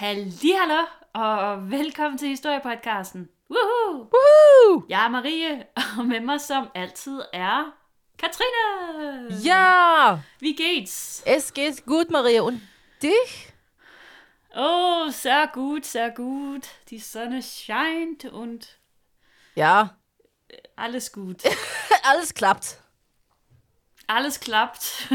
Hallo og velkommen til Historiepodcasten. Woohoo! Woohoo! Jeg er Marie, og med mig som altid er Katrine. Ja! Wie geht's? Es geht gut, Maria. Und dich? Oh, sehr gut, sehr gut. Die Sonne scheint und Ja, alles gut. alles klappt. Alles klappt.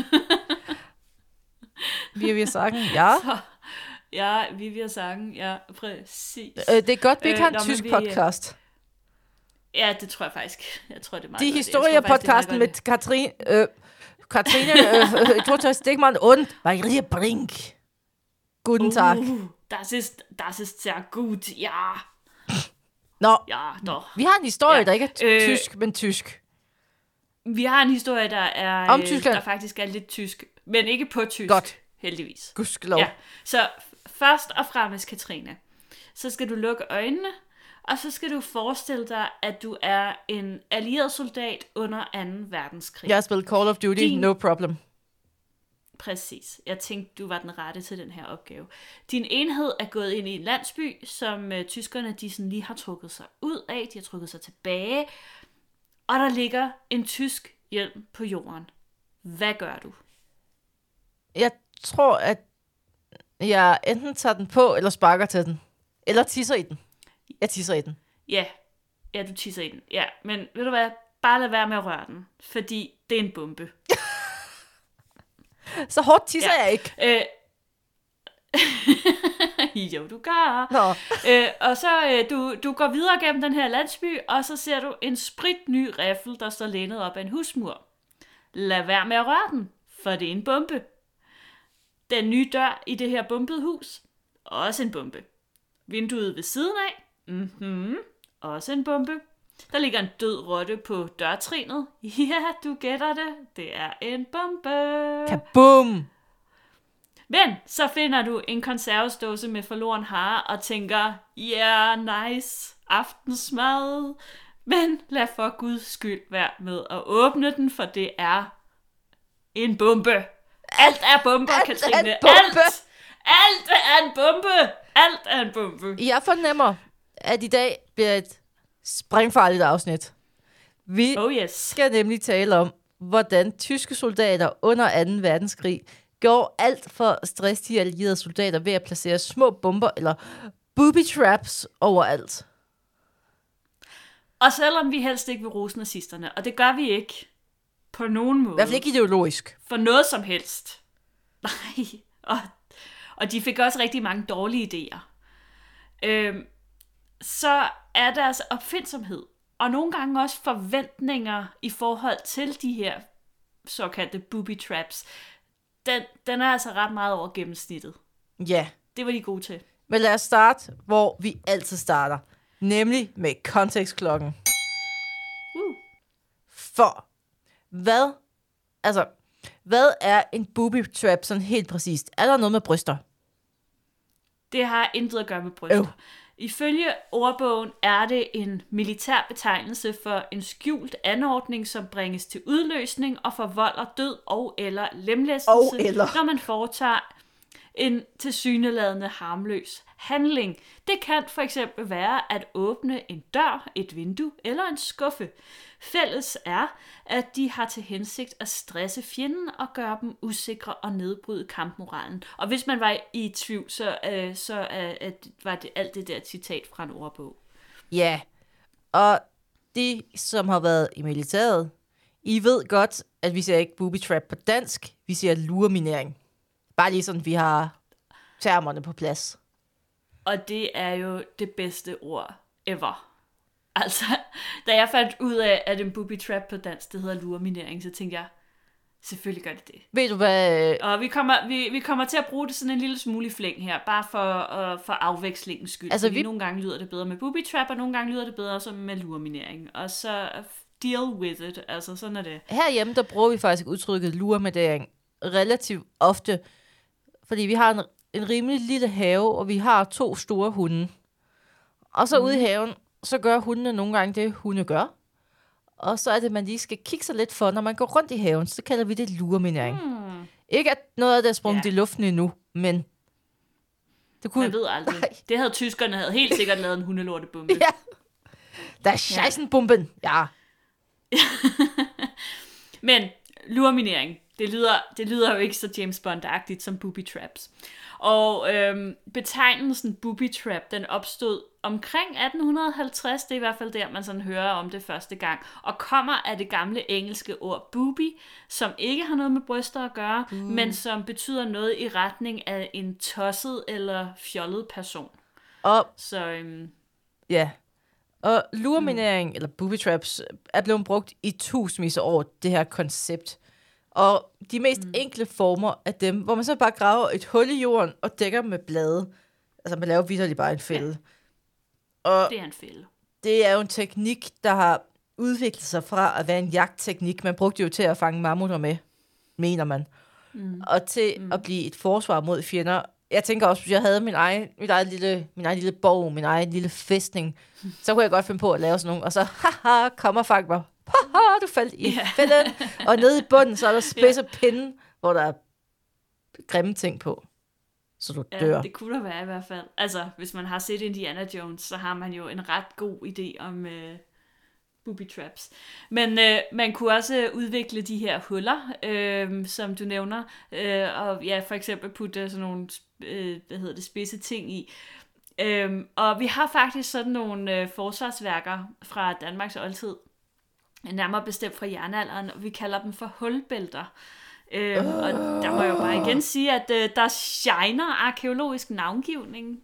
Wie wir sagen, ja. Så, ja, wie wir sagen, ja, præcis. Det er godt, vi ikke har en Nå, men tysk podcast. Ja, det tror jeg faktisk. Jeg tror, det er meget Die godt. Historie-Podcasten mit Katrine Dr. Stegmann und Maria Brink. Guten Tag. Das ist sehr gut, ja. Nå, Ja, doch. vi har en historie, Ja. der ikke er tysk, men tysk. Vi har en historie, der er Om Tyskland. der faktisk er lidt tysk, men ikke på tysk, Godt. heldigvis. Gudskelov. Ja. Så først og fremmest, Katrine, så skal du lukke øjnene, og så skal du forestille dig, at du er en allieret soldat under 2. verdenskrig. Jeg har spillet Call of Duty, no problem. Præcis. Jeg tænkte, du var den rette til den her opgave. Din enhed er gået ind i en landsby, som tyskerne de sådan lige har trukket sig ud af. De har trukket sig tilbage. Og der ligger en tysk hjelm på jorden. Hvad gør du? Jeg tror, at jeg enten tager den på, eller sparker til den. Eller tisser i den. Jeg tisser i den. Ja, du tisser i den. Ja, men ved du hvad? Bare lad være med at røre den. Fordi det er en bombe. Så hårdt tisser jeg ikke. Jo, du gør. Nå. Og så du går videre gennem den her landsby, og så ser du en spritny riffel, der står lænet op af en husmur. Lad være med at røre den, for det er en bombe. Den nye dør i det her bombede hus, også en bombe. Vinduet ved siden af, også en bombe. Der ligger en død rotte på dørtrinet. Ja, du gætter det. Det er en bombe. Kaboom! Men så finder du en konservesdåse med forloren hare og tænker, ja, nice, aftensmad. Men lad for Guds skyld være med at åbne den, for det er en bombe. Alt er bomber, Alt Katrine. er en bombe. Alt er en bombe. Alt er en bombe. Jeg fornemmer, at i dag bliver et sprængfarligt afsnit. Vi Oh yes. skal nemlig tale om, hvordan tyske soldater under 2. verdenskrig gjorde alt for at stresse de allierede soldater ved at placere små bomber eller booby traps overalt. Og selvom vi helst ikke vil rose nazisterne, og det gør vi ikke på nogen måde. I hvert fald ikke ideologisk. For noget som helst. Nej. Og de fik også rigtig mange dårlige idéer. Så er deres opfindsomhed, og nogle gange også forventninger i forhold til de her såkaldte booby traps, den er altså ret meget over gennemsnittet. Ja, Det var de gode til. men lad os starte, hvor vi altid starter. Nemlig med kontekstklokken. For hvad er en booby trap sådan helt præcist? Er der noget med bryster? Det har intet at gøre med bryster. Ifølge ordbogen er det en militær betegnelse for en skjult anordning, som bringes til udløsning og forvolder død og eller lemlæstelse, når man foretager en tilsyneladende harmløs handling. Det kan for eksempel være at åbne en dør, et vindue eller en skuffe. Fælles er, at de har til hensigt at stresse fjenden og gøre dem usikre og nedbryde kampmoralen. Og hvis man var i tvivl, så var det alt det der citat fra en ordbog. Ja, og de, som har været i militæret, I ved godt, at vi siger ikke booby trap på dansk, vi siger lureminering. Bare lige sådan, vi har termerne på plads. Og det er jo det bedste ord ever. Altså, da jeg fandt ud af, at en booby trap på dansk, det hedder lureminering, så tænkte jeg, selvfølgelig gør det det. Ved du hvad? Og vi kommer til at bruge det sådan en lille smule i flæng her, bare for afvekslingens skyld. Altså, fordi nogle gange lyder det bedre med booby trap, og nogle gange lyder det bedre som med lureminering. Og så deal with it, altså sådan er det. Herhjemme, der bruger vi faktisk udtrykket lureminering relativt ofte, fordi vi har en rimelig lille have, og vi har 2 store hunde. Og så ude i haven, så gør hundene nogle gange det, hunde gør. Og så er det, man lige skal kigge sig lidt for, når man går rundt i haven, så kalder vi det lureminering. Ikke at noget af det er sprunget i luften endnu, men Man ved aldrig. Nej. Det havde tyskerne helt sikkert lavet en hundelortebombe. Ja. Der er Scheissenbomben. Ja. Men lurminering, det lyder jo ikke så James Bond-agtigt som booby traps. Og betegnelsen booby trap, den opstod omkring 1850, det er i hvert fald der, man sådan hører om det første gang, og kommer af det gamle engelske ord booby, som ikke har noget med bryster at gøre, men som betyder noget i retning af en tosset eller fjollet person. Og Så ja. Og lurminering, eller booby traps, er blevet brugt i tusindvis af år, det her koncept. Og de mest enkle former af dem, hvor man så bare graver et hul i jorden og dækker med blade. Altså man laver vitterligt bare en fælde. Ja. Og det er en fælde. det er jo en teknik, der har udviklet sig fra at være en jagtteknik. Man brugte jo til at fange mammutter med, mener man. Og til at blive et forsvar mod fjender. Jeg tænker også, hvis jeg havde min egen lille borg, min egen lille fæstning, så kunne jeg godt finde på at lave sådan nogle, og så, haha, kommer fang mig. Haha, du faldt i fælden. Og nede i bunden, så er der spidse pinde, hvor der er grimme ting på. Så du dør. Ja, det kunne der være i hvert fald. Altså, hvis man har set Indiana Jones, så har man jo en ret god idé om booby traps. Men man kunne også udvikle de her huller, som du nævner, og ja, for eksempel putte sådan nogle spidse ting i. Og vi har faktisk sådan nogle forsvarsværker fra Danmarks oldtid, nærmere bestemt fra jernalderen, og vi kalder dem for hulbælter. Og der må jeg jo bare igen sige, at der shiner arkæologisk navngivning,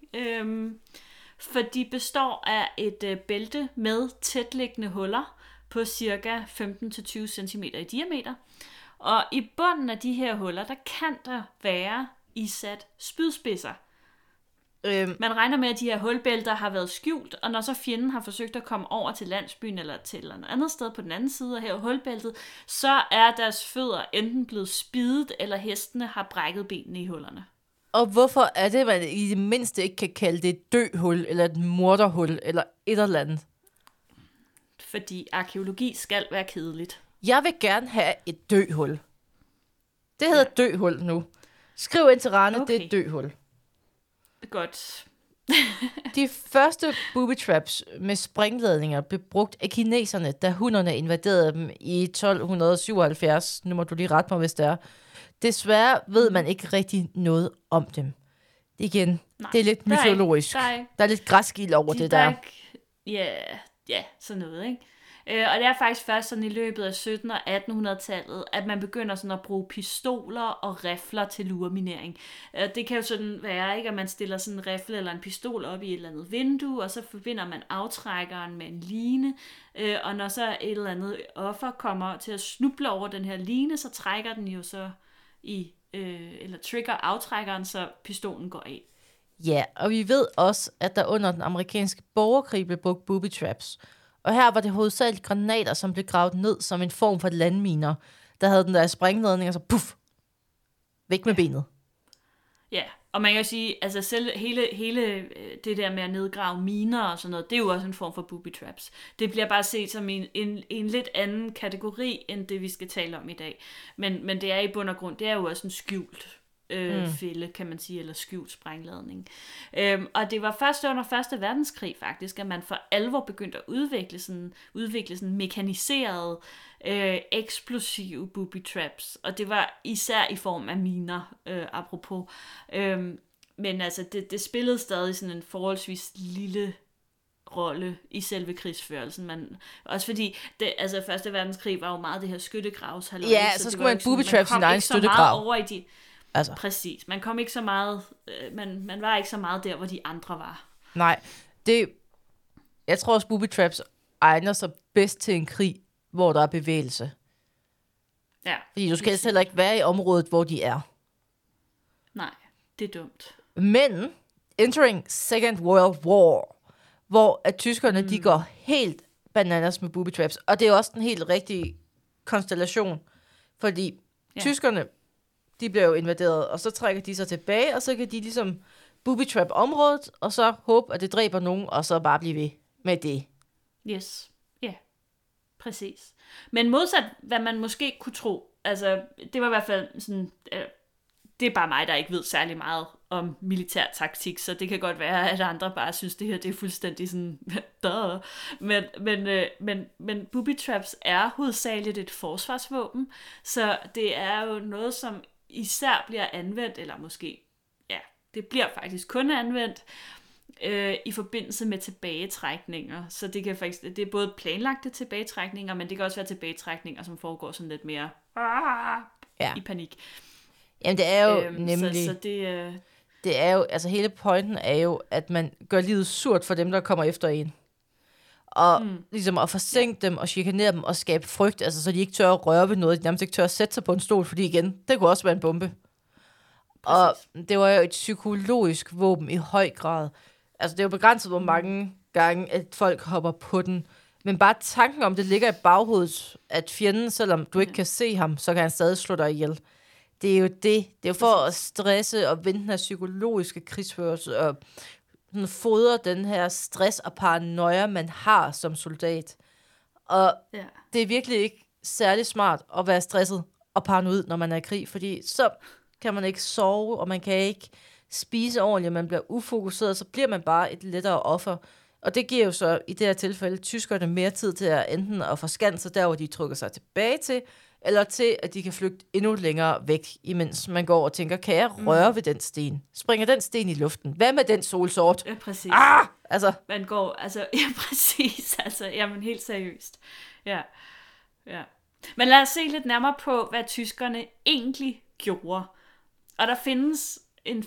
for de består af et bælte med tætliggende huller på cirka 15-20 cm i diameter. Og i bunden af de her huller, der kan der være isat spydspidser. Man regner med, at de her hulbælter har været skjult, og når så fjenden har forsøgt at komme over til landsbyen eller til et andet sted på den anden side af her hulbæltet, så er deres fødder enten blevet spidet, eller hestene har brækket benene i hullerne. Og hvorfor er det, man i det mindste ikke kan kalde det et døhul, eller et morderhul, eller et eller andet? Fordi arkæologi skal være kedeligt. Jeg vil gerne have et døhul. Det hedder døhul nu. Skriv ind til Rane, det er et døhul. Godt. De første booby traps med springladninger blev brugt af kineserne, da hunnerne invaderede dem i 1277. Nu må du lige rette mig, hvis det er. Desværre ved man ikke rigtig noget om dem. Igen, det er lidt mytologisk. Der er lidt græskild over det der. Ja, sådan noget, ikke? Og det er faktisk først sådan i løbet af 1700- og 1800-tallet, at man begynder sådan at bruge pistoler og rifler til lurminering. Det kan jo sådan være, ikke, at man stiller sådan en rifle eller en pistol op i et eller andet vindue, og så forbinder man aftrækkeren med en line, og når så et eller andet offer kommer til at snuble over den her line, så trækker den jo så eller trigger aftrækkeren, så pistolen går af. Ja, og vi ved også, at der under den amerikanske borgerkrig blev brugt booby traps. Og her var det hovedsageligt granater, som blev gravet ned som en form for landminer, der havde den der springladning, og så puff, væk med benet. Ja, og man kan jo sige, altså selv hele det der med at nedgrave miner og sådan noget, det er jo også en form for booby traps. Det bliver bare set som en lidt anden kategori, end det vi skal tale om i dag. Men det er i bund og grund, det er jo også en skjult fælde, kan man sige, eller skjult sprængladning. Og det var først under 1. verdenskrig faktisk, at man for alvor begyndte at udvikle sådan mekaniserede, eksplosive booby traps. Og det var især i form af miner, apropos. Men altså, det spillede stadig sådan en forholdsvis lille rolle i selve krigsførelsen. Også fordi, altså 1. verdenskrig var jo meget det her skyttegravshalløj. Ja, så skulle man booby trap sin egen skyttegrav. Over i de altså. Præcis. Man kom ikke så meget, man var ikke så meget der, hvor de andre var. Nej, jeg tror også booby traps egner sig bedst til en krig, hvor der er bevægelse. Ja. Fordi du skal heller ikke være i området, hvor de er. Nej, det er dumt. Men entering Second World War, hvor at tyskerne de går helt bananas med booby traps, og det er også den helt rigtige konstellation, fordi tyskerne de bliver jo invaderet, og så trækker de sig tilbage, og så kan de ligesom booby-trap området, og så håbe, at det dræber nogen, og så bare blive ved med det. Yes, ja, præcis. Men modsat, hvad man måske kunne tro, altså, det var i hvert fald sådan, det er bare mig, der ikke ved særlig meget om militær taktik, så det kan godt være, at andre bare synes, det her det er fuldstændig sådan, duh. Men booby traps er hovedsageligt et forsvarsvåben, så det er jo noget, som især bliver anvendt, eller måske, ja, det bliver faktisk kun anvendt, i forbindelse med tilbagetrækninger. Så det kan faktisk, det er både planlagte tilbagetrækninger, men det kan også være tilbagetrækninger, som foregår sådan lidt mere i panik. Jamen det er jo nemlig... Så det, det er jo, altså hele pointen er jo, at man gør livet surt for dem, der kommer efter en. Og ligesom at forsinke dem og chikanere dem og skabe frygt, altså så de ikke tør at røre ved noget, de nærmest ikke tør at sætte sig på en stol, fordi igen, det kunne også være en bombe. Præcis. Og det var jo et psykologisk våben i høj grad. Altså det er jo begrænset, hvor mange gange, at folk hopper på den. Men bare tanken om, det ligger i baghovedet, at fjenden, selvom du ikke kan se ham, så kan han stadig slå dig ihjel. Det er jo det. Det er jo for at stresse og vinde den her psykologiske krigsførelse og fodre den her stress og paranoia, man har som soldat. Og det er virkelig ikke særlig smart at være stresset og paranoid, når man er i krig, fordi så kan man ikke sove, og man kan ikke spise ordentligt, man bliver ufokuseret, så bliver man bare et lettere offer. Og det giver jo så i det her tilfælde tyskerne mere tid til at enten at forskanse der, hvor de trykker sig tilbage til, eller til, at de kan flygte endnu længere væk, imens man går og tænker, kan jeg røre ved den sten? Springer den sten i luften? Hvad med den solsort? Ja, præcis. Altså. Man går, altså, ja, præcis. Altså, jamen, helt seriøst. Ja. Men lad os se lidt nærmere på, hvad tyskerne egentlig gjorde. Og der findes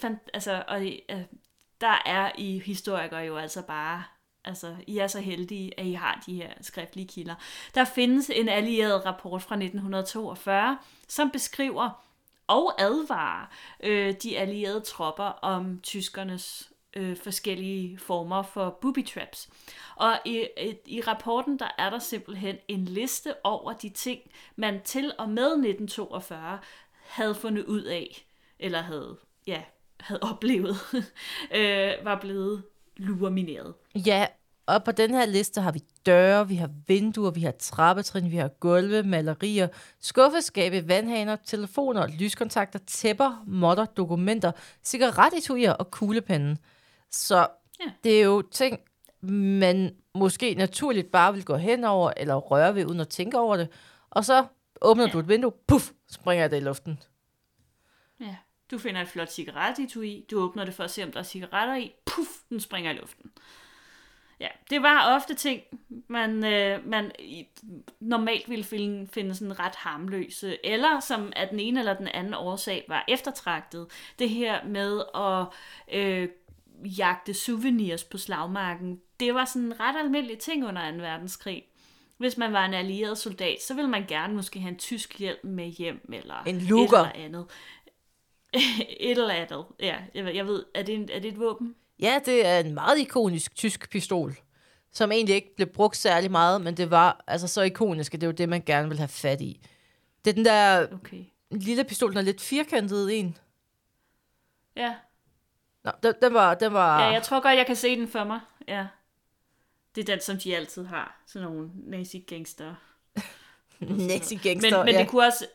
der er I historikere jo altså bare, altså I er så heldige, at I har de her skriftlige kilder. Der findes en allieret rapport fra 1942, som beskriver og advarer de allierede tropper om tyskernes forskellige former for booby traps. Og i rapporten, der er der simpelthen en liste over de ting, man til og med 1942 havde fundet ud af, eller havde oplevet, var blevet luremineret. Ja, og på den her liste har vi døre, vi har vinduer, vi har trappetrin, vi har gulve, malerier, skuffeskabe, vandhaner, telefoner, lyskontakter, tæpper, modder, dokumenter, cigaretetuier og kuglepenne. Så det er jo ting, man måske naturligt bare vil gå hen over eller røre ved, uden at tænke over det. Og så åbner du et vindue, puff, springer det i luften. Ja. Du finder et flot cigarettetui, du åbner det for at se, om der er cigaretter i, puff, den springer i luften. Ja, det var ofte ting, man normalt ville finde sådan ret harmløse, eller som af den ene eller den anden årsag var eftertragtet. Det her med at jagte souvenirs på slagmarken, det var sådan en ret almindelig ting under 2. verdenskrig. Hvis man var en allieret soldat, så ville man gerne måske have en tysk hjelm med hjem, eller en luger. Et eller andet. Et eller andet, ja. Jeg ved, er det et våben? Ja, det er en meget ikonisk tysk pistol, som egentlig ikke blev brugt særlig meget, men det var altså så ikonisk, at det var det, man gerne ville have fat i. Det er den der lille pistol, der er lidt firkantet en. Ja. Nå, den var... Ja, jeg tror godt, jeg kan se den for mig, ja. Det er den, som de altid har, sådan nogle nazi-gangster. Nazi-gangster, men det kunne også...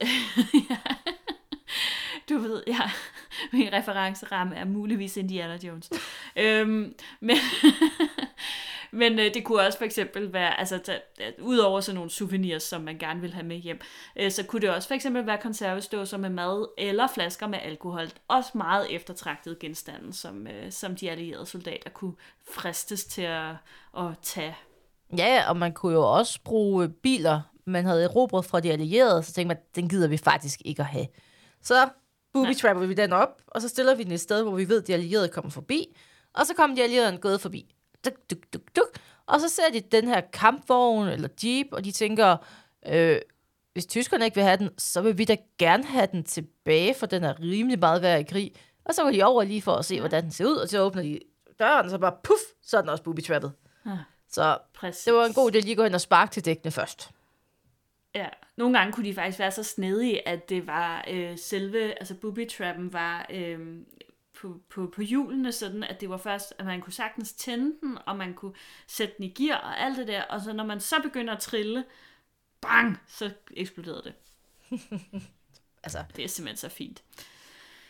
Du ved, min referenceramme er muligvis Indiana Jones. Men det kunne også for eksempel være, altså udover sådan nogle souvenirs, som man gerne vil have med hjem, så kunne det også for eksempel være konservesdåser med mad eller flasker med alkohol. Også meget eftertragtede genstande, som de allierede soldater kunne fristes til at tage. Ja, og man kunne jo også bruge biler, man havde erobret fra de allierede, så tænkte man, den gider vi faktisk ikke at have. Så booby-trapper vi den op, og så stiller vi den et sted, hvor vi ved, at de allierede kommer forbi, og så kommer de allierede gået forbi. Duk, duk, duk, duk. Og så ser de den her kampvogn eller jeep, og de tænker, hvis tyskerne ikke vil have den, så vil vi da gerne have den tilbage, for den er rimelig meget værd i krig. Og så går de over lige for at se, hvordan den ser ud, og så åbner de døren, og så bare puff, så er den også booby-trappet. Så det var en god idé lige at gå hen og sparke til dækkene først. Ja, nogle gange kunne de faktisk være så snedige, at det var altså booby-trappen var på hjulene, sådan at det var først, at man kunne sagtens tænde den, og man kunne sætte den i gear og alt det der, og så når man så begynder at trille, bang, så eksploderede det. Altså, det er simpelthen så fint.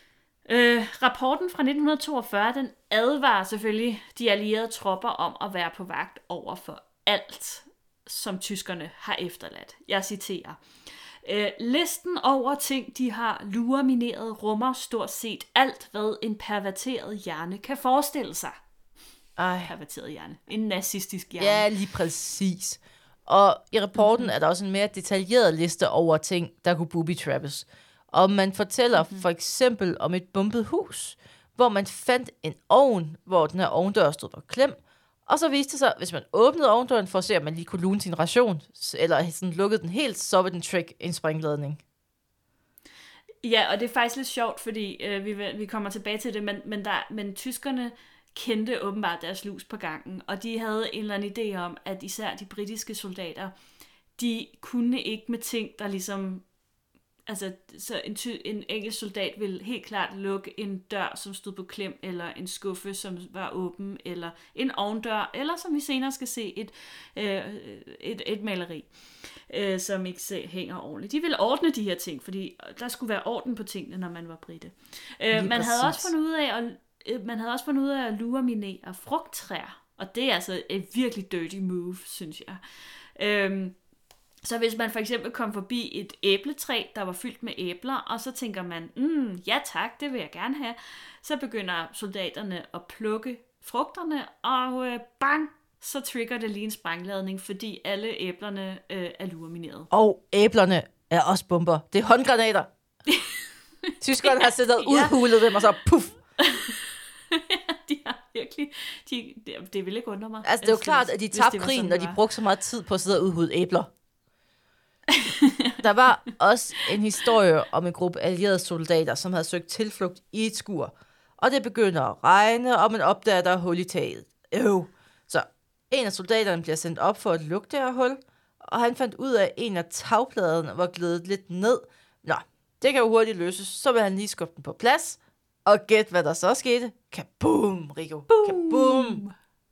Rapporten fra 1942, den advarer selvfølgelig de allierede tropper om at være på vagt over for alt, som tyskerne har efterladt. Jeg citerer. Listen over ting, de har luremineret, rummer stort set alt, hvad en perverteret hjerne kan forestille sig. Perverteret hjerne. En nazistisk hjerne. Ja, lige præcis. Og i rapporten er der også en mere detaljeret liste over ting, der kunne booby-trappes. Og man fortæller for eksempel om et bombet hus, hvor man fandt en ovn, hvor den her ovndør stod på klem. Og så viste det sig, hvis man åbnede ovndøren for at se, om man lige kunne lune sin ration, eller sådan lukkede den helt, så var den trick en sprængladning. Ja, og det er faktisk lidt sjovt, fordi vi kommer tilbage til det, men tyskerne kendte åbenbart deres lus på gangen, og de havde en eller anden idé om, at især de britiske soldater, de kunne ikke med ting, der ligesom... Altså, så en engelsk soldat ville helt klart lukke en dør, som stod på klem, eller en skuffe, som var åben, eller en ovndør, eller som vi senere skal se, et maleri, som ikke hænger ordentligt. De ville ordne de her ting, fordi der skulle være orden på tingene, når man var brite. Man havde også fundet ud af at lureminere frugttræer, og det er altså et virkelig dirty move, synes jeg. Så hvis man for eksempel kom forbi et æbletræ, der var fyldt med æbler, og så tænker man, ja tak, det vil jeg gerne have, så begynder soldaterne at plukke frugterne, og bang, så trigger det lige en sprængladning, fordi alle æblerne er luremineret. Og æblerne er også bomber. Det er håndgranater. Tyskerne har siddet og udhulet dem, og så puff. De har virkelig... det vil ikke undre mig. Altså, det er jo klart, at de tabte krigen, når de brugte så meget tid på at sidde og udhude æbler. Der var også en historie om en gruppe allierede soldater, som havde søgt tilflugt i et skur. Og det begynder at regne, og man opdager, at der er hul i taget. Så en af soldaterne bliver sendt op for at lukke det her hul, og han fandt ud af, at en af tagpladerne var glædet lidt ned. Nå, det kan jo hurtigt løses, så vil han lige skubbe den på plads. Og gæt, hvad der så skete. Kaboom, Rico. Boom. Kaboom.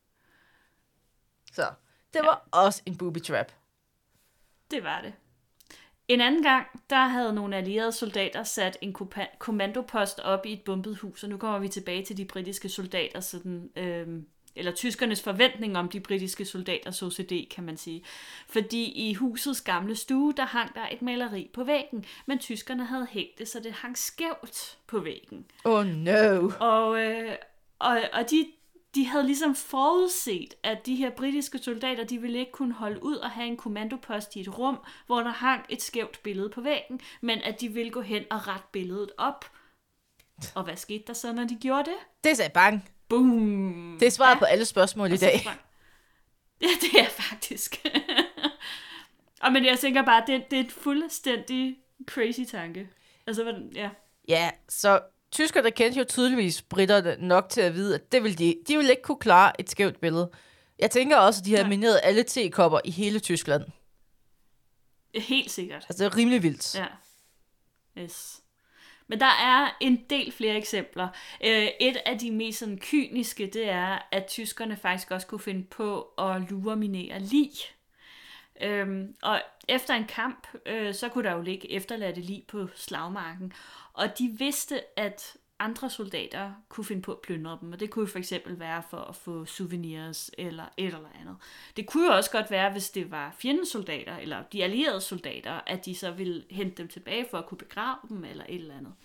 Så det var også en booby trap. Det var det. En anden gang, der havde nogle allierede soldater sat en kommandopost op i et bombet hus, og nu kommer vi tilbage til de britiske soldater, sådan, eller tyskernes forventning om de britiske soldaters OCD, kan man sige. Fordi i husets gamle stue, der hang der et maleri på væggen, men tyskerne havde hængt det, så det hang skævt på væggen. Oh no! Og de havde ligesom forudset, at de her britiske soldater, de ville ikke kunne holde ud og have en kommandopost i et rum, hvor der hang et skævt billede på væggen, men at de ville gå hen og rette billedet op. Og hvad skete der så, når de gjorde det? Det sagde bang. Boom! Det er svaret på alle spørgsmål i dag. Ja, det er faktisk. Men jeg tænker bare, det er et fuldstændig crazy tanke. Altså, ja. Ja, så tyskerne kendte jo tydeligvis britterne nok til at vide, at det ville de ville ikke kunne klare et skævt billede. Jeg tænker også, at de havde mineret alle tekopper i hele Tyskland. Helt sikkert. Altså, det er rimelig vildt. Ja. Yes. Men der er en del flere eksempler. Et af de mest sådan kyniske, det er, at tyskerne faktisk også kunne finde på at lureminere lig. Og efter en kamp, så kunne der jo ligge efterladte lig på slagmarken. Og de vidste, at andre soldater kunne finde på at plyndre dem, og det kunne for eksempel være for at få souvenirs eller et eller andet. Det kunne jo også godt være, hvis det var fjendens soldater, eller de allierede soldater, at de så ville hente dem tilbage for at kunne begrave dem, eller et eller andet.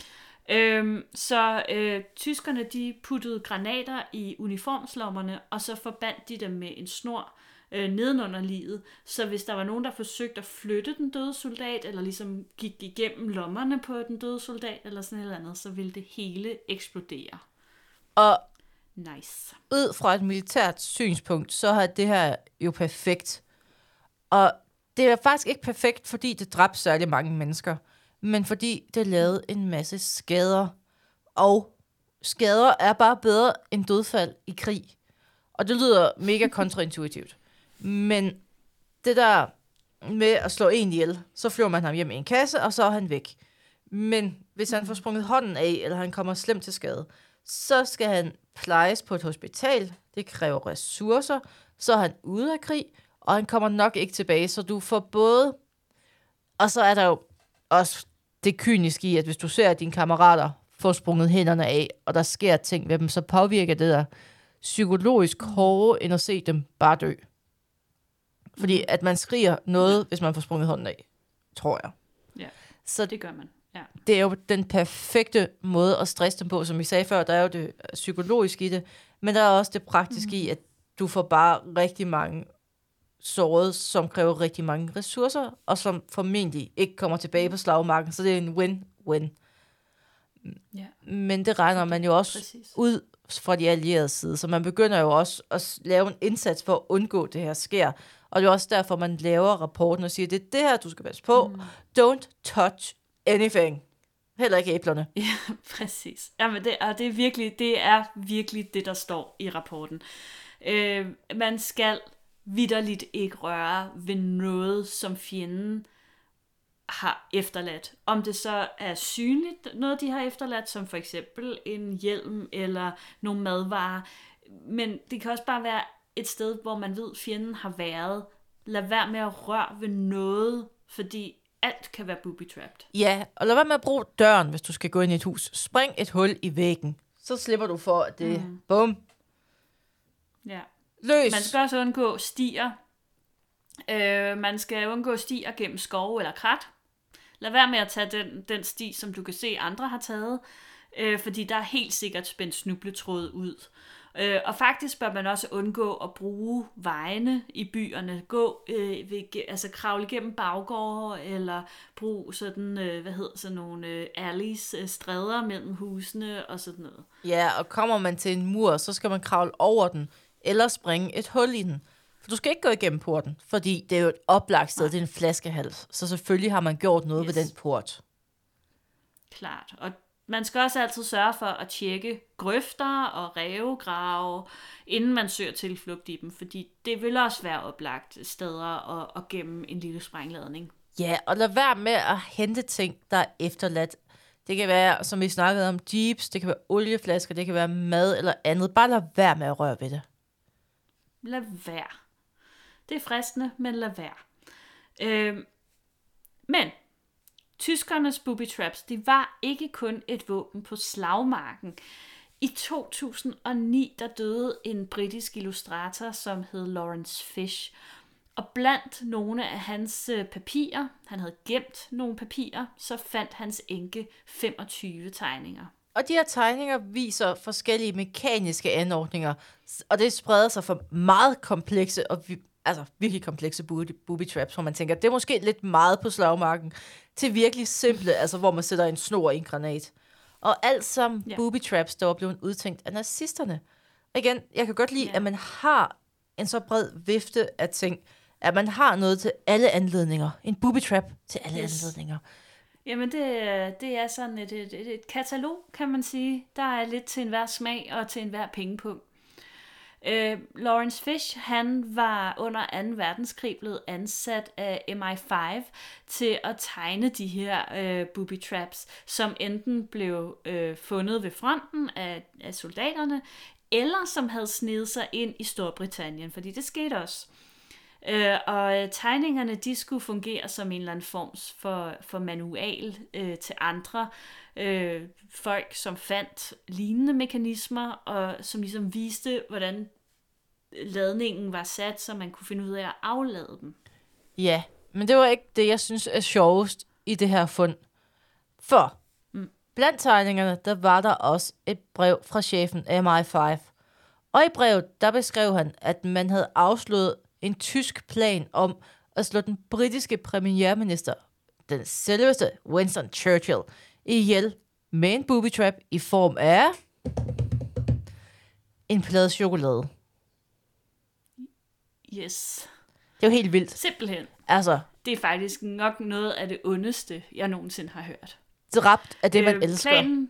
Så tyskerne, de puttede granater i uniformslommerne, og så forbandt de dem med en snor nedenunder livet, så hvis der var nogen, der forsøgte at flytte den døde soldat, eller ligesom gik igennem lommerne på den døde soldat, eller sådan et eller andet, så ville det hele eksplodere. Og nice. Ud fra et militært synspunkt, så er det her jo perfekt. Og det er faktisk ikke perfekt, fordi det dræbte særlig mange mennesker, men fordi det lavede en masse skader. Og skader er bare bedre end dødsfald i krig. Og det lyder mega kontraintuitivt. Men det der med at slå en ihjel, så flyver man ham hjem i en kasse, og så er han væk. Men hvis han får sprunget hånden af, eller han kommer slemt til skade, så skal han plejes på et hospital. Det kræver ressourcer. Så er han ude af krig, og han kommer nok ikke tilbage. Så du får både... Og så er der jo også det kyniske i, at hvis du ser, at dine kammerater får sprunget hænderne af, og der sker ting ved dem, så påvirker det der psykologisk hårdere, end at se dem bare dø. Fordi at man skriger noget, hvis man får sprunget hånden af, tror jeg. Ja, så det gør man. Ja. Det er jo den perfekte måde at stresse dem på, som vi sagde før. Der er jo det psykologiske i det, men der er også det praktiske i, at du får bare rigtig mange såret, som kræver rigtig mange ressourcer, og som formentlig ikke kommer tilbage på slagmarken. Så det er en win-win. Ja. Men det regner man jo også ud fra de allierede side, så man begynder jo også at lave en indsats for at undgå, det her sker. Og det er også derfor, man laver rapporten og siger, det er det her, du skal passe på. Don't touch anything. Heller ikke æblerne. Ja, præcis. Jamen det er virkelig det, der står i rapporten. Man skal vitterligt ikke røre ved noget, som fjenden har efterladt. Om det så er synligt, noget de har efterladt, som for eksempel en hjelm eller nogle madvarer. Men det kan også bare være et sted, hvor man ved, fjenden har været. Lad være med at røre ved noget, fordi alt kan være booby-trapped. Ja, og lad være med at bruge døren, hvis du skal gå ind i et hus. Spring et hul i væggen. Så slipper du for, at det bum. Ja. Løs. Man skal også undgå stier. Man skal undgå stier gennem skove eller krat. Lad være med at tage den sti, som du kan se, andre har taget. Fordi der er helt sikkert spændt snubletråd ud. Og faktisk bør man også undgå at bruge vejene i byerne. Kravle igennem baggårde, eller bruge sådan, nogle alleys, stræder mellem husene og sådan noget. Ja, og kommer man til en mur, så skal man kravle over den, eller springe et hul i den. For du skal ikke gå igennem porten, fordi det er jo et oplagt sted, det er en flaskehals. Så selvfølgelig har man gjort noget ved den port. Klart, og man skal også altid sørge for at tjekke grøfter og rævegrave, inden man søger tilflugt i dem, fordi det vil også være oplagt steder at gemme en lille sprængladning. Ja, og lad være med at hente ting, der er efterladt. Det kan være, som vi snakkede om, jeeps, det kan være olieflasker, det kan være mad eller andet. Bare lad være med at røre ved det. Lad være. Det er fristende, men lad være. Men tyskernes booby traps, det var ikke kun et våben på slagmarken. I 2009, der døde en britisk illustrator, som hed Lawrence Fish. Og blandt nogle af hans papirer, han havde gemt nogle papirer, så fandt hans enke 25 tegninger. Og de her tegninger viser forskellige mekaniske anordninger, og det spreder sig for meget komplekse og virkelig komplekse booby traps, hvor man tænker, det er måske lidt meget på slagmarken, til virkelig simple, altså hvor man sætter en snor i en granat. Og alt sammen booby traps, der var blevet udtænkt af nazisterne. Igen, jeg kan godt lide, at man har en så bred vifte af ting, at man har noget til alle anledninger. En booby trap til alle anledninger. Jamen, det er sådan et katalog, kan man sige. Der er lidt til enhver smag og til enhver pengepunkt. Lawrence Fish, han var under 2. verdenskrig blevet ansat af MI5 til at tegne de her booby traps, som enten blev fundet ved fronten af soldaterne, eller som havde snedet sig ind i Storbritannien, fordi det skete også. Og tegningerne, de skulle fungere som en eller anden form for manual til andre folk, som fandt lignende mekanismer, og som ligesom viste, hvordan ladningen var sat, så man kunne finde ud af at aflade dem. Ja, men det var ikke det, jeg synes er sjovest i det her fund. For blandt tegningerne, der var der også et brev fra chefen af MI5. Og i brevet, der beskrev han, at man havde afslået en tysk plan om at slå den britiske premierminister, den selveste Winston Churchill, ihjel med en booby trap i form af en plade chokolade. Yes. Det er jo helt vildt. Simpelthen. Altså, det er faktisk nok noget af det ondeste, jeg nogensinde har hørt. Dræbt af det, man elsker.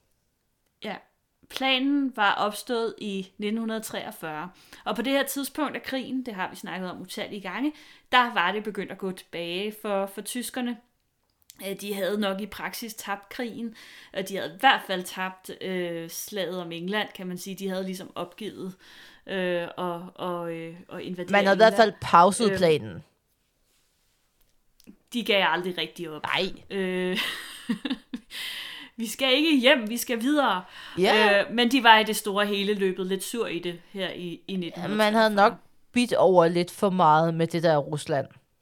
Planen var opstået i 1943, og på det her tidspunkt af krigen, det har vi snakket om utallige gange, der var det begyndt at gå tilbage for tyskerne. De havde nok i praksis tabt krigen, og de havde i hvert fald tabt slaget om England, kan man sige. De havde ligesom opgivet og invaderet. Man havde i hvert fald pauset planen. De gav aldrig rigtig op. Nej. vi skal ikke hjem, vi skal videre. Ja. Men de var i det store hele løbet lidt sur i det her i 1943. Man havde nok bidt over lidt for meget med det der Rusland.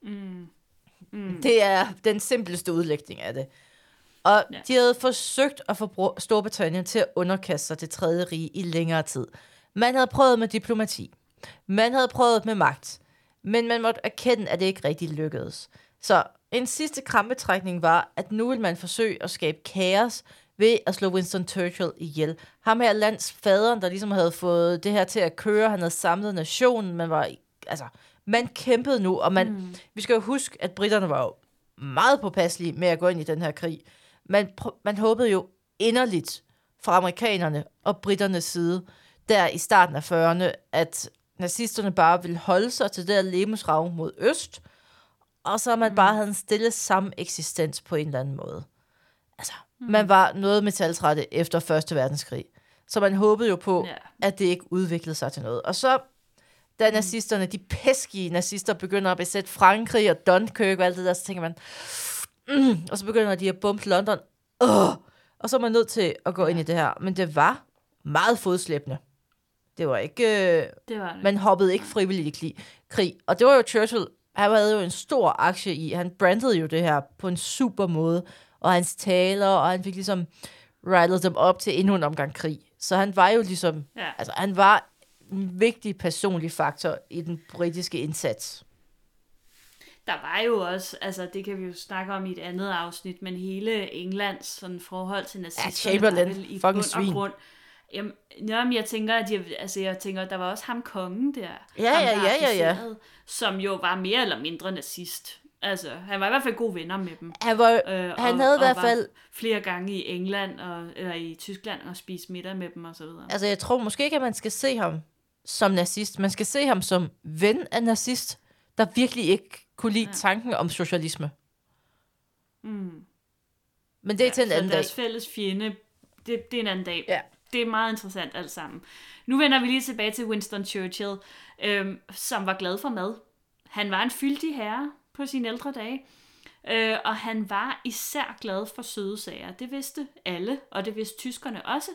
Det er den simpleste udlægning af det. Og de havde forsøgt at få Storbritannien til at underkaste sig det tredje rige i længere tid. Man havde prøvet med diplomati. Man havde prøvet med magt. Men man måtte erkende, at det ikke rigtig lykkedes. Så en sidste krampetrækning var, at nu ville man forsøge at skabe kaos ved at slå Winston Churchill ihjel. Ham her landsfaderen, der ligesom havde fået det her til at køre. Han havde samlet nationen. Man kæmpede nu, og vi skal jo huske, at britterne var jo meget påpasselige med at gå ind i den her krig. Man håbede jo inderligt fra amerikanerne og britternes side, der i starten af 40'erne, at nazisterne bare ville holde sig til det der Lebensraum mod øst, og så man bare havde en stille samme eksistens på en eller anden måde. Man var noget metaltrætte efter Første Verdenskrig, så man håbede jo på, at det ikke udviklede sig til noget. Og så, da nazisterne, de pesky nazister, begynder at besætte Frankrig og Dunkirk og alt det der, så tænker man, og så begynder de at bombe London, og så er man nødt til at gå ind i det her. Men det var meget fodslæbende. Det var ikke... Man hoppede ikke frivilligt i krig. Og det var jo Churchill, han havde jo en stor aktie i. Han brandede jo det her på en super måde. Og hans taler, og han fik ligesom riled dem op til endnu en omgang krig. Så han var jo ligesom... han var en vigtig personlig faktor i den britiske indsats. Der var jo også, det kan vi jo snakke om i et andet afsnit, men hele Englands sådan forhold til nazisterne, Chamberlain, i fucking bund svin. og grund. Jamen, jeg tænker, at der var også ham kongen der. Ja. Som jo var mere eller mindre nazist. Han var i hvert fald gode venner med dem. Han havde i hvert fald flere gange i England eller i Tyskland og spise middag med dem og så videre. Jeg tror måske ikke, at man skal se ham som nazist. Man skal se ham som ven af nazist, der virkelig ikke kunne lide tanken om socialisme. Men det er til en anden dag. Deres fælles fjende, det er en anden dag. Ja. Det er meget interessant alt sammen. Nu vender vi lige tilbage til Winston Churchill, som var glad for mad. Han var en fyldig herre på sine ældre dage, og han var især glad for søde sager. Det vidste alle, og det vidste tyskerne også.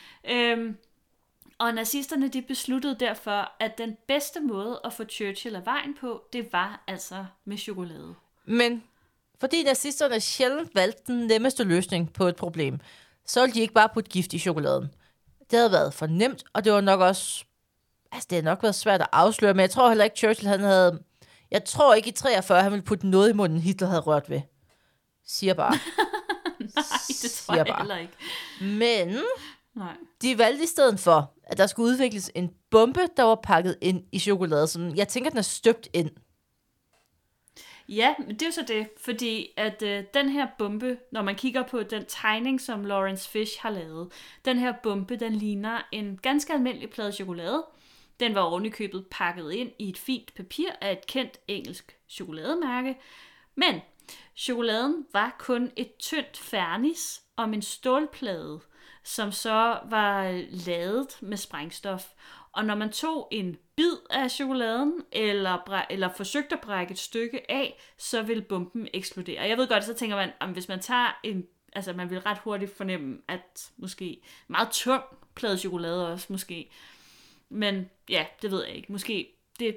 Og nazisterne, de besluttede derfor, at den bedste måde at få Churchill af vejen på, det var altså med chokolade. Men fordi nazisterne sjældent valgte den nemmeste løsning på et problem, så ville de ikke bare putte gift i chokoladen. Det havde været for nemt, og det var nok også... det havde nok været svært at afsløre, men jeg tror heller ikke, Churchill han havde... Jeg tror ikke i 43, han ville putte noget i munden, Hitler havde rørt ved. Siger bare. Nej, det tror jeg heller ikke. Men de valgte i stedet for, at der skulle udvikles en bombe, der var pakket ind i chokolade. Som jeg tænker, den er støbt ind. Ja, men det er jo så det, fordi at den her bombe, når man kigger på den tegning, som Lawrence Fish har lavet, den her bombe, den ligner en ganske almindelig plade chokolade. Den var ovenikøbet pakket ind i et fint papir af et kendt engelsk chokolademærke, men chokoladen var kun et tyndt fernis om en stålplade, som så var ladet med sprængstof. Og når man tog en bid af chokoladen, eller forsøgte at brække et stykke af, så ville bomben eksplodere. Jeg ved godt, så tænker man, at hvis man tager man vil ret hurtigt fornemme, at måske meget tung plade chokolade også måske. Men ja, det ved jeg ikke. Måske,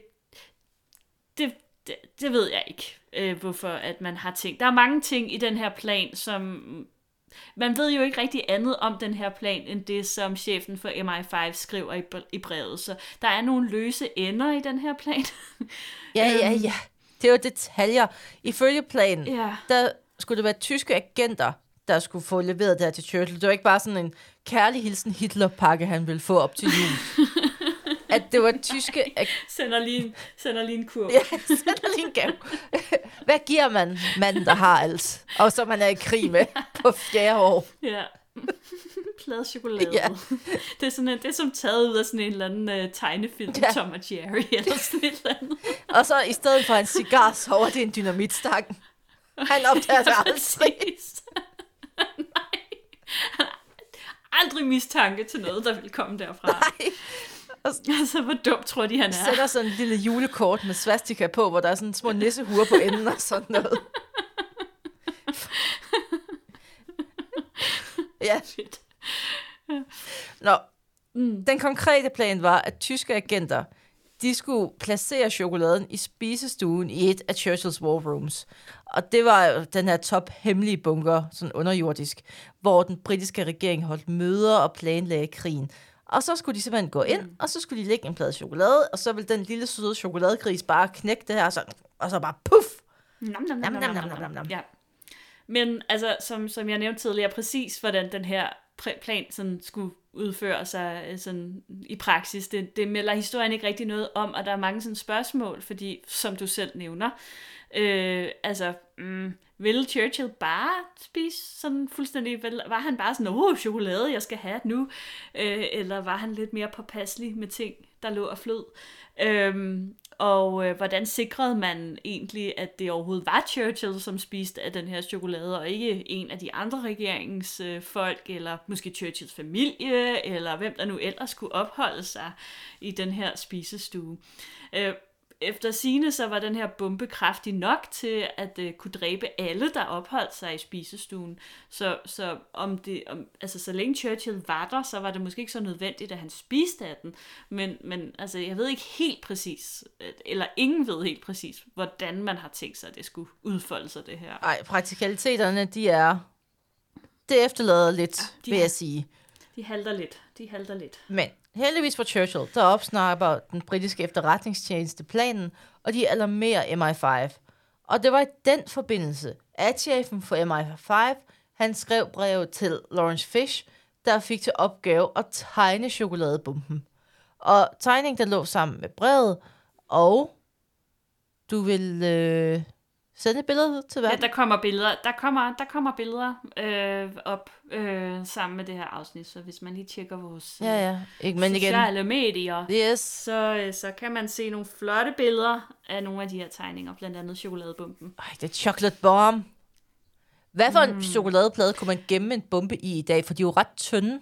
det ved jeg ikke, hvorfor at man har tænkt. Der er mange ting i den her plan, som... Man ved jo ikke rigtig andet om den her plan, end det, som chefen for MI5 skriver i brevet. Så der er nogle løse ender i den her plan. Ja. Det er jo detaljer. Ifølge planen, der skulle det være tyske agenter, der skulle få leveret det her til Churchill. Det var ikke bare sådan en kærlig hilsen Hitler-pakke, han ville få op til jul. At det var tyske... Sender lige en kurv. Ja, sender lige en gave. Hvad giver man manden, der har alt? Og så man er i krig med på 4. år. Ja. Plade chokolade. Ja. Det er som taget ud af sådan en eller anden tegnefilm, Tom og Jerry, eller sådan et eller andet. Og så i stedet for en cigar, så var det en dynamitstang. Han opdager sig aldrig. Nej. Han har aldrig mistanke til noget, der vil komme derfra. Nej. Altså, hvor dumt tror de, han er? Sætter sådan en lille julekort med svastika på, hvor der er sådan små nissehuer på enden og sådan noget. Ja. Shit. Nå, den konkrete plan var, at tyske agenter, de skulle placere chokoladen i spisestuen i et af Churchills war rooms. Og det var jo den her top-hemmelige bunker, sådan underjordisk, hvor den britiske regering holdt møder og planlagde krigen. Og så skulle de simpelthen gå ind, og så skulle de lægge en plade chokolade, og så ville den lille søde chokoladegris bare knække det her, og så bare puff! Nam. Ja. Men altså, som jeg nævnte tidligere, præcis hvordan den her plan sådan skulle udføre sig sådan i praksis, det melder historien ikke rigtig noget om, og der er mange sådan spørgsmål, fordi, som du selv nævner, ville Churchill bare spise sådan fuldstændig, var han bare sådan, chokolade, jeg skal have nu, eller var han lidt mere påpasselig med ting, der lå og flød? Hvordan sikrede man egentlig, at det overhovedet var Churchill, som spiste af den her chokolade, og ikke en af de andre regeringsfolk, eller måske Churchills familie, eller hvem der nu ellers skulle opholde sig i den her spisestue. Efter sigende så var den her bombe kraftig nok til at kunne dræbe alle, der opholdt sig i spisestuen. Så så længe Churchill var der, så var det måske ikke så nødvendigt, at han spiste af den. Men altså, jeg ved ikke helt præcis, eller ingen ved helt præcis, hvordan man har tænkt sig, at det skulle udfolde sig, det her. Nej, praktikaliteterne, det efterlader lidt, vil jeg sige. De halter lidt. Men heldigvis for Churchill, der opsnapper den britiske efterretningstjeneste planen, og de alarmerer MI5. Og det var i den forbindelse, at chefen for MI5, han skrev brevet til Lawrence Fish, der fik til opgave at tegne chokoladebomben. Og tegningen, der lå sammen med brevet, og du vil sende et billede til verden? Ja, der kommer billeder. Der kommer billeder op sammen med det her afsnit, så hvis man lige tjekker vores sociale medier, yes. så kan man se nogle flotte billeder af nogle af de her tegninger, blandt andet chokoladebomben. Ej, det er chocolate bomb. Hvad for en chokoladeplade kunne man gemme en bombe i dag, for de er jo ret tynde.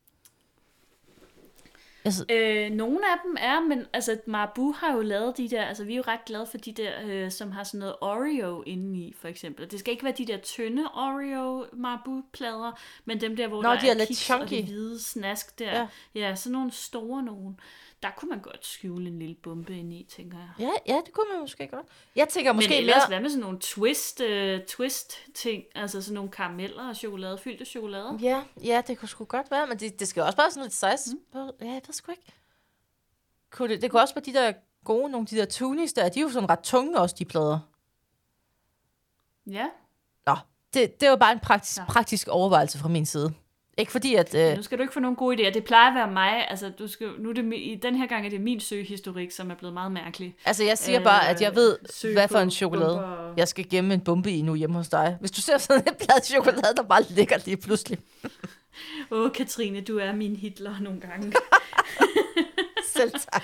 Nogle af dem er, men altså Marabu har jo lavet de der, altså vi er jo ret glade for de der, som har sådan noget Oreo indeni, for eksempel. Det skal ikke være de der tynde Oreo Marabu-plader, men dem der, hvor der de er lidt kiks chunky. og det hvide snask der. Ja, sådan nogle store nogen. Der kunne man godt skjule en lille bombe indeni, tænker jeg. Ja, det kunne man måske godt. Jeg tænker måske men ellers, hvad med sådan nogle twist-ting, altså sådan nogle karameller og chokolade, fyldte chokolade? Ja, det kunne sgu godt være, men det skal også bare sådan lidt size. Ja, jeg ved sgu ikke. Det kunne også være de der gode, nogle af de der tunis der, de er jo sådan ret tunge også, de plader. Ja. Nå, det var bare en praktisk overvejelse fra min side. Ikke fordi at... Nu skal du ikke få nogle gode idéer. Det plejer at være mig. Altså, i den her gang er det min søgehistorik, som er blevet meget mærkelig. Altså, jeg siger bare, at jeg ved, hvad for en chokolade jeg skal gemme en bombe i nu hjemme hos dig. Hvis du ser sådan en plade chokolade, der bare ligger lige pludselig. Katrine, du er min Hitler nogle gange. Selv tak.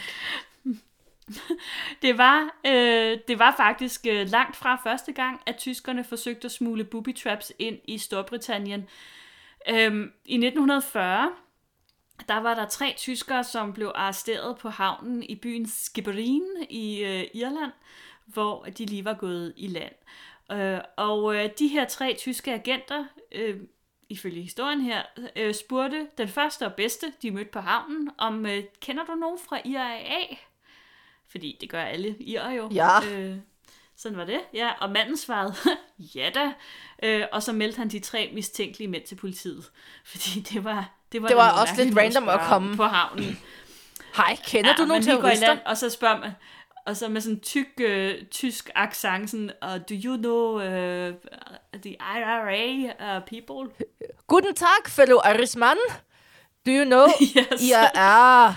Det var faktisk langt fra første gang, at tyskerne forsøgte at smule booby traps ind i Storbritannien. I 1940, der var der 3 tyskere, som blev arresteret på havnen i byen Skibbereen i Irland, hvor de lige var gået i land. De her 3 tyske agenter, ifølge historien her, spurgte den første og bedste, de mødte på havnen, om kender du nogen fra IRA? Fordi det gør alle irer jo. Ja. Sådan var det, ja. Og manden svarede, ja da. Og så meldte han de 3 mistænkelige mænd til politiet. Fordi det var også lidt random at komme på havnen. Hej, kender du nogle terrorister? Og så spørger man, og så med sådan tysk accent, sådan, do you know the IRA people? Guten Tag, fellow Irishman. Do you know IRA?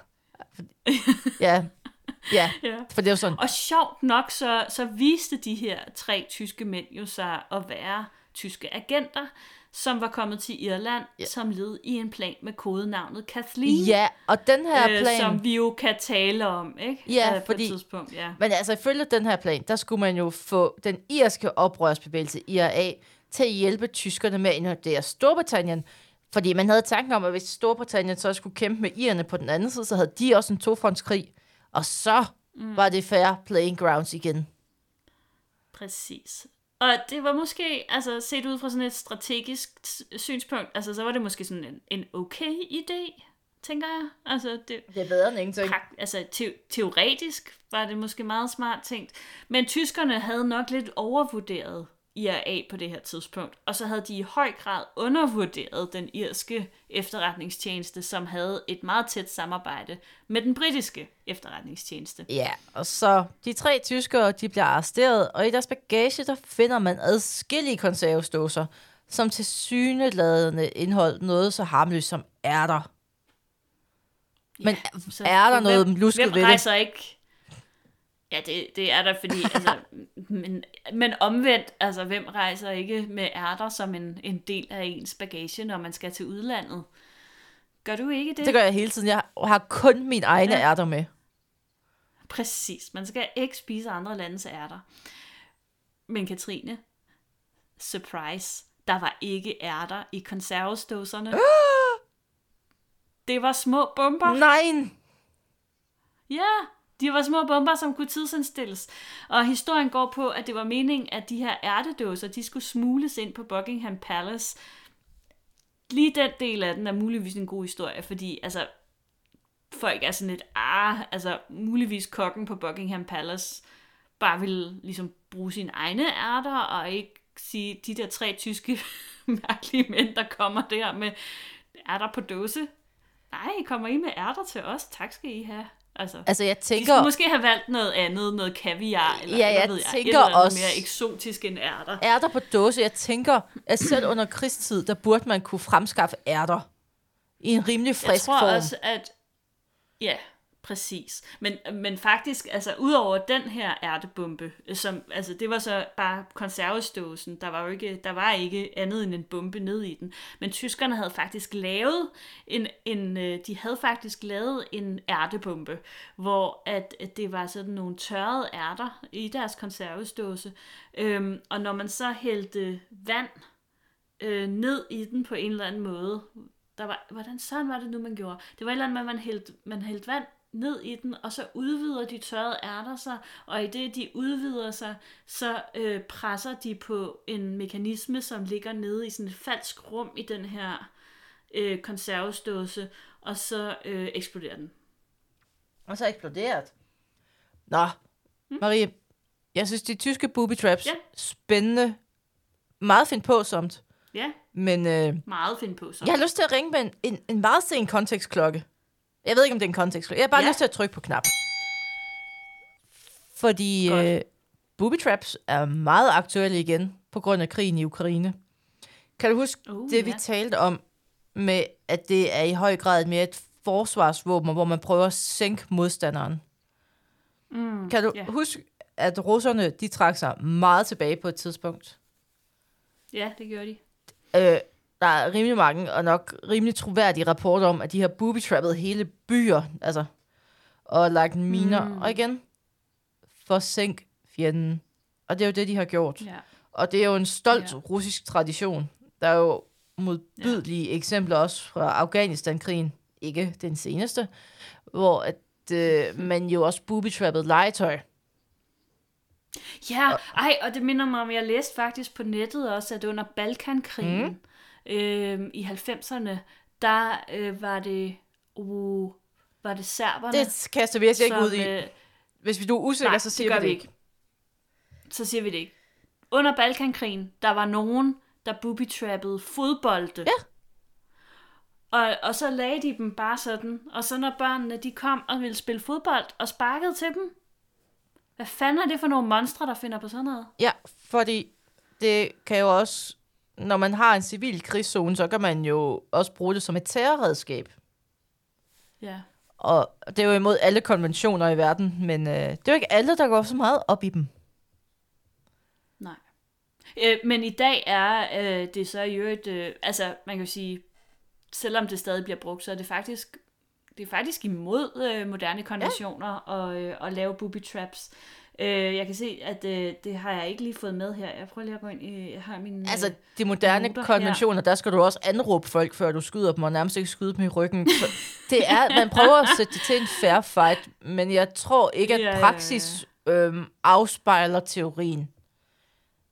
Ja. Ja, for det er jo sådan. Og sjovt nok, så viste de her 3 tyske mænd jo sig at være tyske agenter, som var kommet til Irland som led i en plan med kodenavnet Kathleen. Ja, og den her plan... som vi jo kan tale om, ikke? Ja, på et tidspunkt, ja. Men altså, ifølge den her plan, der skulle man jo få den irske oprørsbevægelse, IRA, til at hjælpe tyskerne med at invadere Storbritannien. Fordi man havde tanken om, at hvis Storbritannien så skulle kæmpe med irerne på den anden side, så havde de også en tofrontskrig. Og så var det fair playing grounds igen. Præcis. Og det var måske, altså set ud fra sådan et strategisk synspunkt, altså så var det måske sådan en okay idé, tænker jeg. Altså det er bedre end ingenting. Altså teoretisk var det måske meget smart tænkt. Men tyskerne havde nok lidt overvurderet IRA på det her tidspunkt. Og så havde de i høj grad undervurderet den irske efterretningstjeneste, som havde et meget tæt samarbejde med den britiske efterretningstjeneste. Ja, og så de 3 tyskere, de bliver arresteret, og i deres bagage, der finder man adskillige konservesdåser, som til syneladende indholdt noget så harmløst som ærter. Men så er der noget lusket ved det? Hvem rejser ikke? Ja, det er der, fordi... altså, men omvendt, altså, hvem rejser ikke med ærter som en del af ens bagage, når man skal til udlandet? Gør du ikke det? Det gør jeg hele tiden. Jeg har kun mine egne ærter med. Præcis. Man skal ikke spise andre landes ærter. Men Katrine, surprise, der var ikke ærter i konservesdåserne. Det var små bomber. Nej! Ja, de var små bomber, som kunne tidsindstilles. Og historien går på, at det var meningen, at de her ærtedåser, de skulle smugles ind på Buckingham Palace. Lige den del af den er muligvis en god historie, fordi altså, folk er sådan lidt, altså muligvis kokken på Buckingham Palace bare ville ligesom bruge sine egne ærter, og ikke sige, de der 3 tyske mærkelige mænd, der kommer der med ærter på dåse. Nej, kommer I med ærter til os? Tak skal I have. Altså jeg tænker... De skulle måske have valgt noget andet, noget kaviar, eller jeg ved tænker et eller også mere eksotisk end ærter. Ærter på dåse, jeg tænker, at selv under krigstid, der burde man kunne fremskaffe ærter i en rimelig frisk form. Jeg tror også, at... Ja, præcis. Men faktisk, altså udover den her ærtebombe, som, altså det var så bare konservesdåsen, der var ikke andet end en bombe ned i den. Men tyskerne havde faktisk lavet en ærtebombe, hvor at det var sådan nogle tørrede ærter i deres konservesdåse. Og når man så hældte vand ned i den på en eller anden måde, hvordan sådan var det nu, man gjorde? Det var et eller andet med, at man hældte vand ned i den, og så udvider de tørrede ærter sig, og i det, de udvider sig, så presser de på en mekanisme, som ligger nede i sådan et falsk rum i den her konservesdåse, og så eksploderer den. Og så eksploderer. Nå, Marie, jeg synes, de tyske booby traps, spændende, meget fint på somt. Ja, men, meget fint på somt. Jeg har lyst til at ringe med en meget sen kontekstklokke. Jeg ved ikke, om det er en kontekstklokke. Jeg har bare lyst til at trykke på knap. Fordi booby traps er meget aktuelle igen, på grund af krigen i Ukraine. Kan du huske vi talte om, med at det er i høj grad mere et forsvarsvåben, hvor man prøver at sænke modstanderen? Kan du huske, at russerne, de trak sig meget tilbage på et tidspunkt? Ja, det gjorde de. Der er rimelig mange, og nok rimelig troværdige rapporter om, at de har booby-trappet hele byer, altså, og lagt miner, og igen, for at sænke fjenden. Og det er jo det, de har gjort. Ja. Og det er jo en stolt russisk tradition. Der er jo modbydelige eksempler også fra Afghanistan-krigen, ikke den seneste, hvor at, man jo også booby-trappet legetøj. Ja, og det minder mig om, jeg læste faktisk på nettet også, at under Balkankrigen i 90'erne, der var det serberne. Det kaster vi ikke ud i. Hvis du er usikker, så siger vi det ikke. Så siger vi det ikke. Under Balkankrigen, der var nogen, der booby-trappede fodbolde. Ja. Og så lagde de dem bare sådan, og så når børnene de kom og ville spille fodbold og sparkede til dem. Hvad fanden er det for nogle monstre, der finder på sådan noget? Ja, fordi det kan jo også, når man har en civil krigszone, så kan man jo også bruge det som et terrorredskab. Ja. Og det er jo imod alle konventioner i verden, men det er jo ikke alle, der går så meget op i dem. Nej. Men i dag er det så i øvrigt, altså man kan jo sige, selvom det stadig bliver brugt, så er det faktisk imod moderne konventioner at lave booby traps. Jeg kan se, at det har jeg ikke lige fået med her. Jeg prøver lige at gå ind i min altså, de moderne konventioner, der skal du også anråbe folk, før du skyder dem, og nærmest ikke skyde dem i ryggen. Det er, man prøver at sætte det til en fair fight, men jeg tror ikke, at praksis afspejler teorien.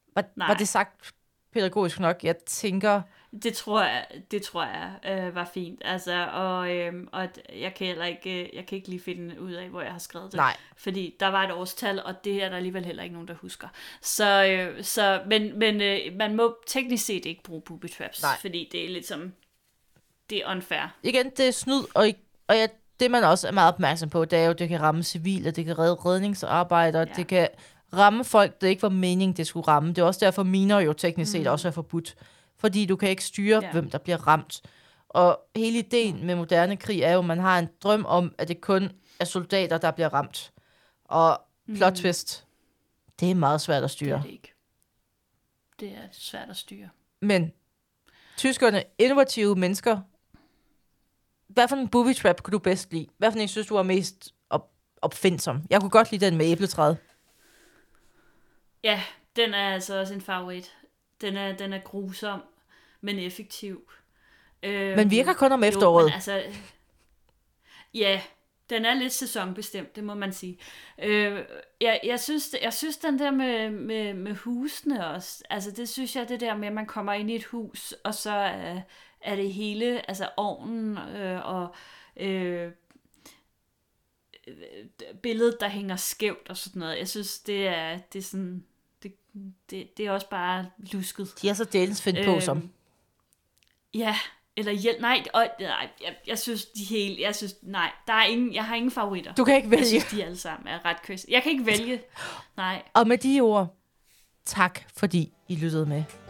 Var det sagt pædagogisk nok? Jeg tænker... Det tror jeg var fint. Altså, og jeg kan heller ikke, jeg kan ikke lige finde ud af, hvor jeg har skrevet det. Nej. Fordi der var et årstal, og det er der alligevel heller ikke nogen, der husker. Men man må teknisk set ikke bruge booby traps, fordi det er lidt som, det er unfair. Igen, det er snyd, og det man også er meget opmærksom på, det er jo, det kan ramme civile, det kan redde redningsarbejdere, det kan ramme folk, det ikke var meningen, det skulle ramme. Det er også derfor, miner jo teknisk set også er forbudt. Fordi du kan ikke styre, hvem der bliver ramt. Og hele ideen med moderne krig er jo, at man har en drøm om, at det kun er soldater, der bliver ramt. Og plot twist, det er meget svært at styre. Det er det ikke. Det er svært at styre. Men tyskerne, innovative mennesker. Hvad for en booby trap kunne du bedst lide? Hvad for en synes du var mest opfindsom? Jeg kunne godt lide den med æbletræet. Ja, den er altså også en favorit. Den er grusom, men effektiv. Men virker kun om efteråret. Men altså, ja, den er lidt sæsonbestemt, det må man sige. Jeg synes den der med husene også, altså det synes jeg, det der med, at man kommer ind i et hus, og så er det hele, altså ovnen og billedet, der hænger skævt og sådan noget. Jeg synes, det er sådan... Det er også bare lusket. De er så delens finde på som. Ja, eller hjælp. Nej, jeg synes der er ingen, jeg har ingen favoritter. Du kan ikke vælge. Jeg synes, de alle sammen er ret kyst. Jeg kan ikke vælge. Nej. Og med de ord, tak fordi I lyttede med.